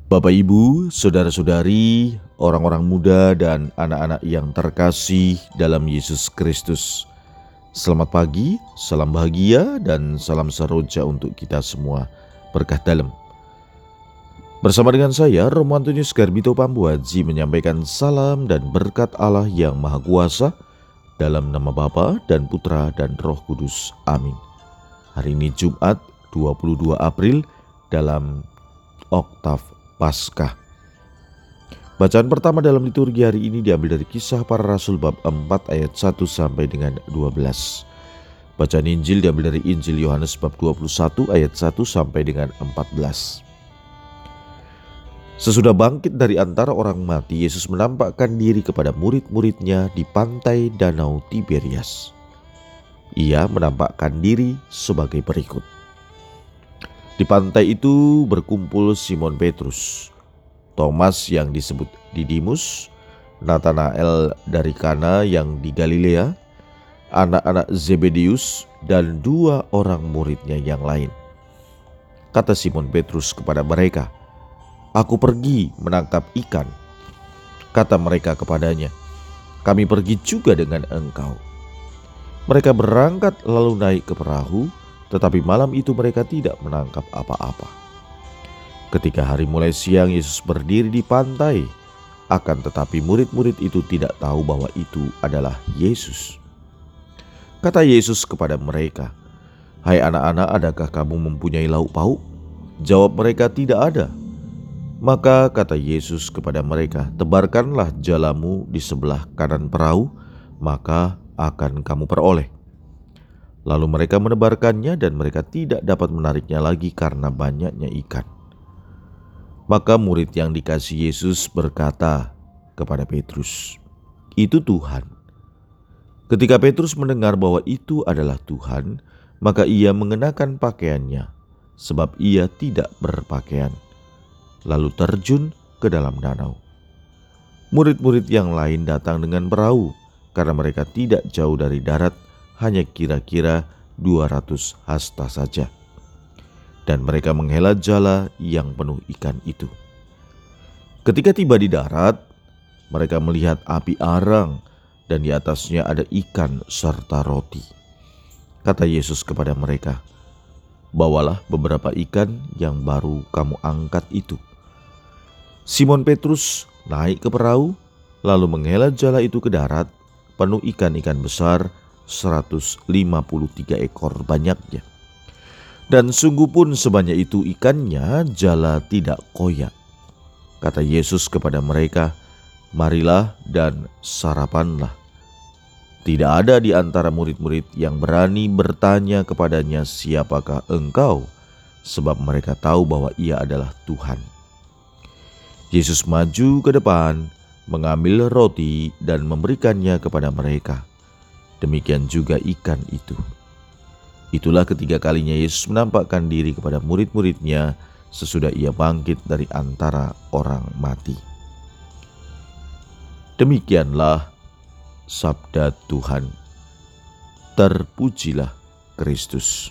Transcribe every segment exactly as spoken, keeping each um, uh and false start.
Bapak, Ibu, saudara-saudari, orang-orang muda dan anak-anak yang terkasih dalam Yesus Kristus. Selamat pagi, salam bahagia dan salam saroja untuk kita semua. Berkah dalam. Bersama dengan saya, Romo Antonius Garbito Pambuaji menyampaikan salam dan berkat Allah yang Maha Kuasa dalam nama Bapa dan Putra dan Roh Kudus. Amin. Hari ini Jumat dua puluh dua April dalam Oktav Paskah. Bacaan pertama dalam liturgi hari ini diambil dari Kisah Para Rasul bab empat ayat satu sampai dengan dua belas. Bacaan Injil diambil dari Injil Yohanes bab dua puluh satu ayat satu sampai dengan empat belas. Sesudah bangkit dari antara orang mati, Yesus menampakkan diri kepada murid-muridnya di pantai Danau Tiberias. Ia menampakkan diri sebagai berikut. Di pantai itu berkumpul Simon Petrus, Thomas yang disebut Didimus, Natanael dari Kana yang di Galilea, anak-anak Zebedeus, dan dua orang muridnya yang lain. Kata Simon Petrus kepada mereka, "Aku pergi menangkap ikan." Kata mereka kepadanya, "Kami pergi juga dengan engkau." Mereka berangkat lalu naik ke perahu, tetapi malam itu mereka tidak menangkap apa-apa. Ketika hari mulai siang, Yesus berdiri di pantai, akan tetapi murid-murid itu tidak tahu bahwa itu adalah Yesus. Kata Yesus kepada mereka, "Hai anak-anak, adakah kamu mempunyai lauk pauk?" Jawab mereka, "Tidak ada." Maka kata Yesus kepada mereka, "Tebarkanlah jalamu di sebelah kanan perahu, maka akan kamu peroleh." Lalu mereka menebarkannya dan mereka tidak dapat menariknya lagi karena banyaknya ikan. Maka murid yang dikasihi Yesus berkata kepada Petrus, "Itu Tuhan." Ketika Petrus mendengar bahwa itu adalah Tuhan, maka ia mengenakan pakaiannya, sebab ia tidak berpakaian, lalu terjun ke dalam danau. Murid-murid yang lain datang dengan perahu, karena mereka tidak jauh dari darat, hanya kira-kira dua ratus hasta saja. Dan mereka menghela jala yang penuh ikan itu. Ketika tiba di darat, mereka melihat api arang dan di atasnya ada ikan serta roti. Kata Yesus kepada mereka, "Bawalah beberapa ikan yang baru kamu angkat itu." Simon Petrus naik ke perahu, lalu menghela jala itu ke darat, penuh ikan-ikan besar, seratus lima puluh tiga ekor banyaknya. Dan sungguh pun sebanyak itu ikannya, jala tidak koyak. Kata Yesus kepada mereka, "Marilah dan sarapanlah." Tidak ada di antara murid-murid yang berani bertanya kepadanya, "Siapakah engkau?" Sebab mereka tahu bahwa ia adalah Tuhan. Yesus maju ke depan, mengambil roti dan memberikannya kepada mereka. Demikian juga ikan itu. Itulah ketiga kalinya Yesus menampakkan diri kepada murid-muridnya sesudah ia bangkit dari antara orang mati. Demikianlah sabda Tuhan. Terpujilah Kristus.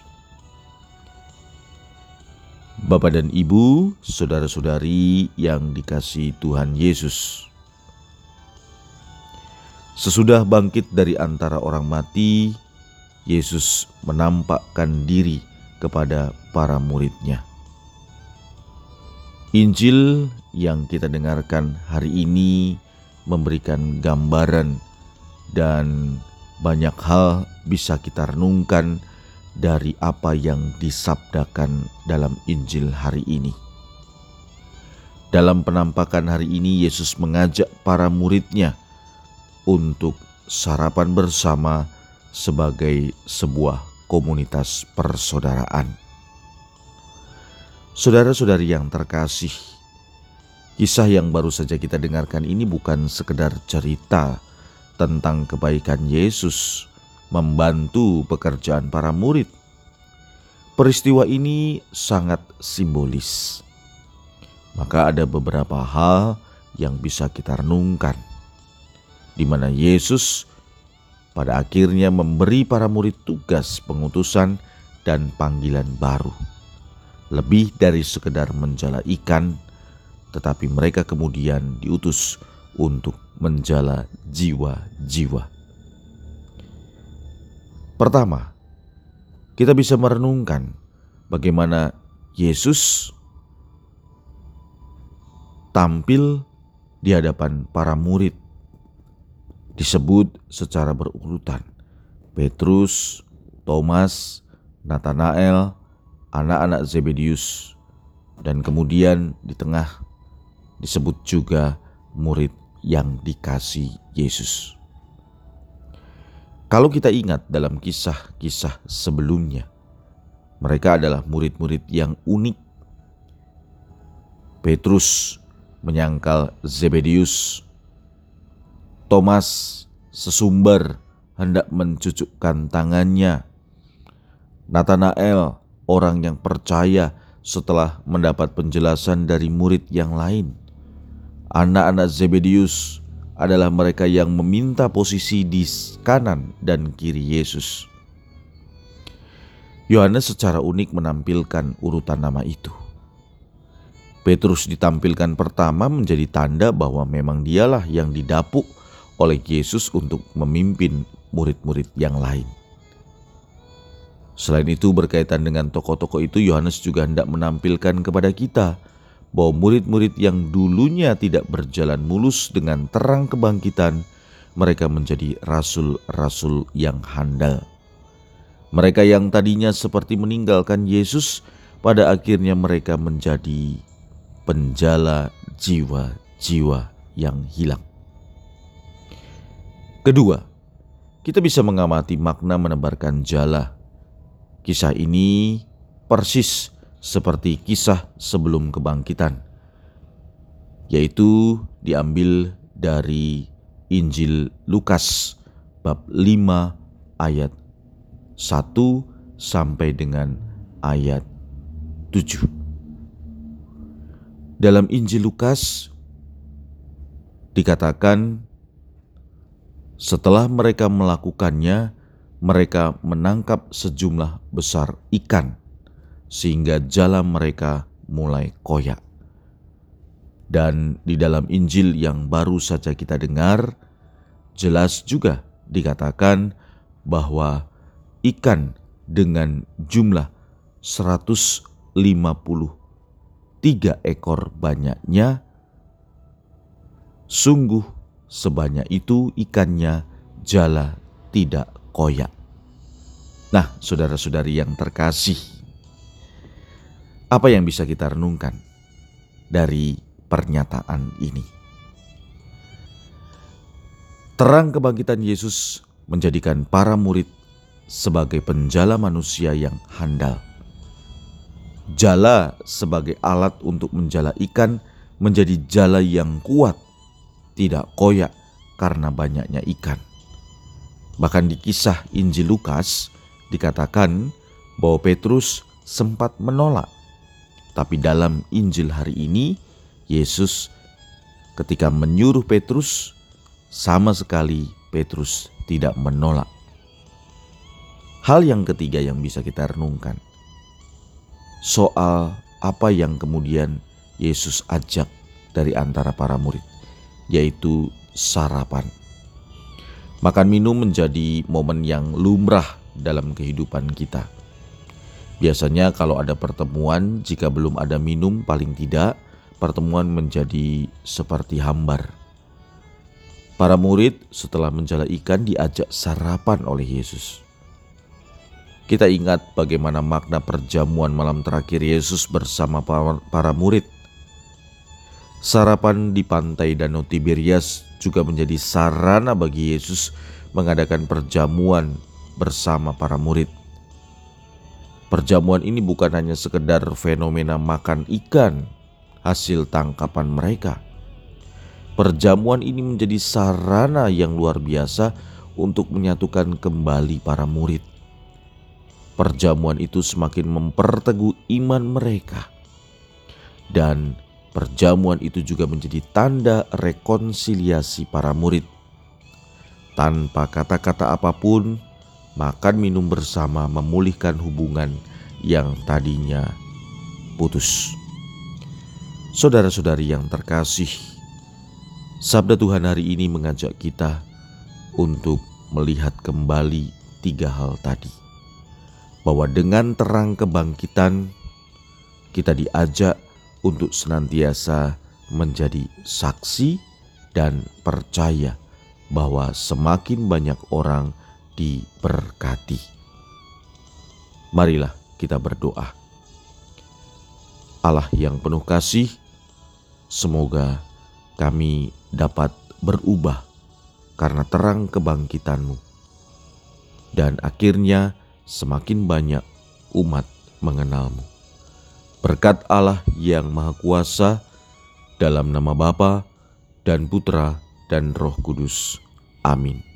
Bapak dan Ibu, saudara-saudari yang dikasihi Tuhan Yesus. Sesudah bangkit dari antara orang mati, Yesus menampakkan diri kepada para muridnya. Injil yang kita dengarkan hari ini memberikan gambaran dan banyak hal bisa kita renungkan dari apa yang disabdakan dalam Injil hari ini. Dalam penampakan hari ini, Yesus mengajak para muridnya untuk sarapan bersama sebagai sebuah komunitas persaudaraan. Saudara-saudari yang terkasih, kisah yang baru saja kita dengarkan ini bukan sekedar cerita tentang kebaikan Yesus membantu pekerjaan para murid. Peristiwa ini sangat simbolis. Maka ada beberapa hal yang bisa kita renungkan, di mana Yesus pada akhirnya memberi para murid tugas pengutusan dan panggilan baru. Lebih dari sekedar menjala ikan, tetapi mereka kemudian diutus untuk menjala jiwa-jiwa. Pertama, kita bisa merenungkan bagaimana Yesus tampil di hadapan para murid. Disebut secara berurutan: Petrus, Thomas, Natanael, anak-anak Zebedius, dan kemudian di tengah disebut juga murid yang dikasih Yesus. Kalau kita ingat dalam kisah-kisah sebelumnya, mereka adalah murid-murid yang unik. Petrus menyangkal Zebedius, Thomas sesumber hendak mencucukkan tangannya, Natanael orang yang percaya setelah mendapat penjelasan dari murid yang lain. Anak-anak Zebedius adalah mereka yang meminta posisi di kanan dan kiri Yesus. Yohanes secara unik menampilkan urutan nama itu. Petrus ditampilkan pertama menjadi tanda bahwa memang dialah yang didapuk oleh Yesus untuk memimpin murid-murid yang lain. Selain itu, berkaitan dengan tokoh-tokoh itu, Yohanes juga hendak menampilkan kepada kita bahwa murid-murid yang dulunya tidak berjalan mulus dengan terang kebangkitan, mereka menjadi rasul-rasul yang handal. Mereka yang tadinya seperti meninggalkan Yesus, pada akhirnya mereka menjadi penjala jiwa-jiwa yang hilang. Kedua, kita bisa mengamati makna menebarkan jala. Kisah ini persis seperti kisah sebelum kebangkitan, yaitu diambil dari Injil Lukas bab lima ayat satu sampai dengan ayat tujuh. Dalam Injil Lukas dikatakan, setelah mereka melakukannya, mereka menangkap sejumlah besar ikan, sehingga jala mereka mulai koyak. Dan di dalam Injil yang baru saja kita dengar, jelas juga dikatakan bahwa ikan dengan jumlah seratus lima puluh tiga ekor banyaknya, sungguh sebanyak itu ikannya jala tidak koyak. Nah, saudara-saudari yang terkasih, apa yang bisa kita renungkan dari pernyataan ini? Terang kebangkitan Yesus menjadikan para murid sebagai penjala manusia yang handal. Jala sebagai alat untuk menjala ikan menjadi jala yang kuat, tidak koyak karena banyaknya ikan. Bahkan di kisah Injil Lukas dikatakan bahwa Petrus sempat menolak. Tapi dalam Injil hari ini, Yesus ketika menyuruh Petrus, sama sekali Petrus tidak menolak. Hal yang ketiga yang bisa kita renungkan, soal apa yang kemudian Yesus ajak dari antara para murid, yaitu sarapan. Makan minum menjadi momen yang lumrah dalam kehidupan kita. Biasanya kalau ada pertemuan, jika belum ada minum, paling tidak pertemuan menjadi seperti hambar. Para murid setelah menjala ikan diajak sarapan oleh Yesus. Kita ingat bagaimana makna perjamuan malam terakhir Yesus bersama para murid. Sarapan di pantai Danau Tiberias juga menjadi sarana bagi Yesus mengadakan perjamuan bersama para murid. Perjamuan ini bukan hanya sekedar fenomena makan ikan hasil tangkapan mereka. Perjamuan ini menjadi sarana yang luar biasa untuk menyatukan kembali para murid. Perjamuan itu semakin memperteguh iman mereka. Dan perjamuan itu juga menjadi tanda rekonsiliasi para murid. Tanpa kata-kata apapun, makan minum bersama memulihkan hubungan yang tadinya putus. Saudara-saudari yang terkasih, sabda Tuhan hari ini mengajak kita untuk melihat kembali tiga hal tadi. Bahwa dengan terang kebangkitan, kita diajak untuk senantiasa menjadi saksi dan percaya bahwa semakin banyak orang diberkati. Marilah kita berdoa. Allah yang penuh kasih, semoga kami dapat berubah karena terang kebangkitan-Mu. Dan akhirnya semakin banyak umat mengenal-Mu. Berkat Allah yang Maha Kuasa, dalam nama Bapa dan Putra dan Roh Kudus. Amin.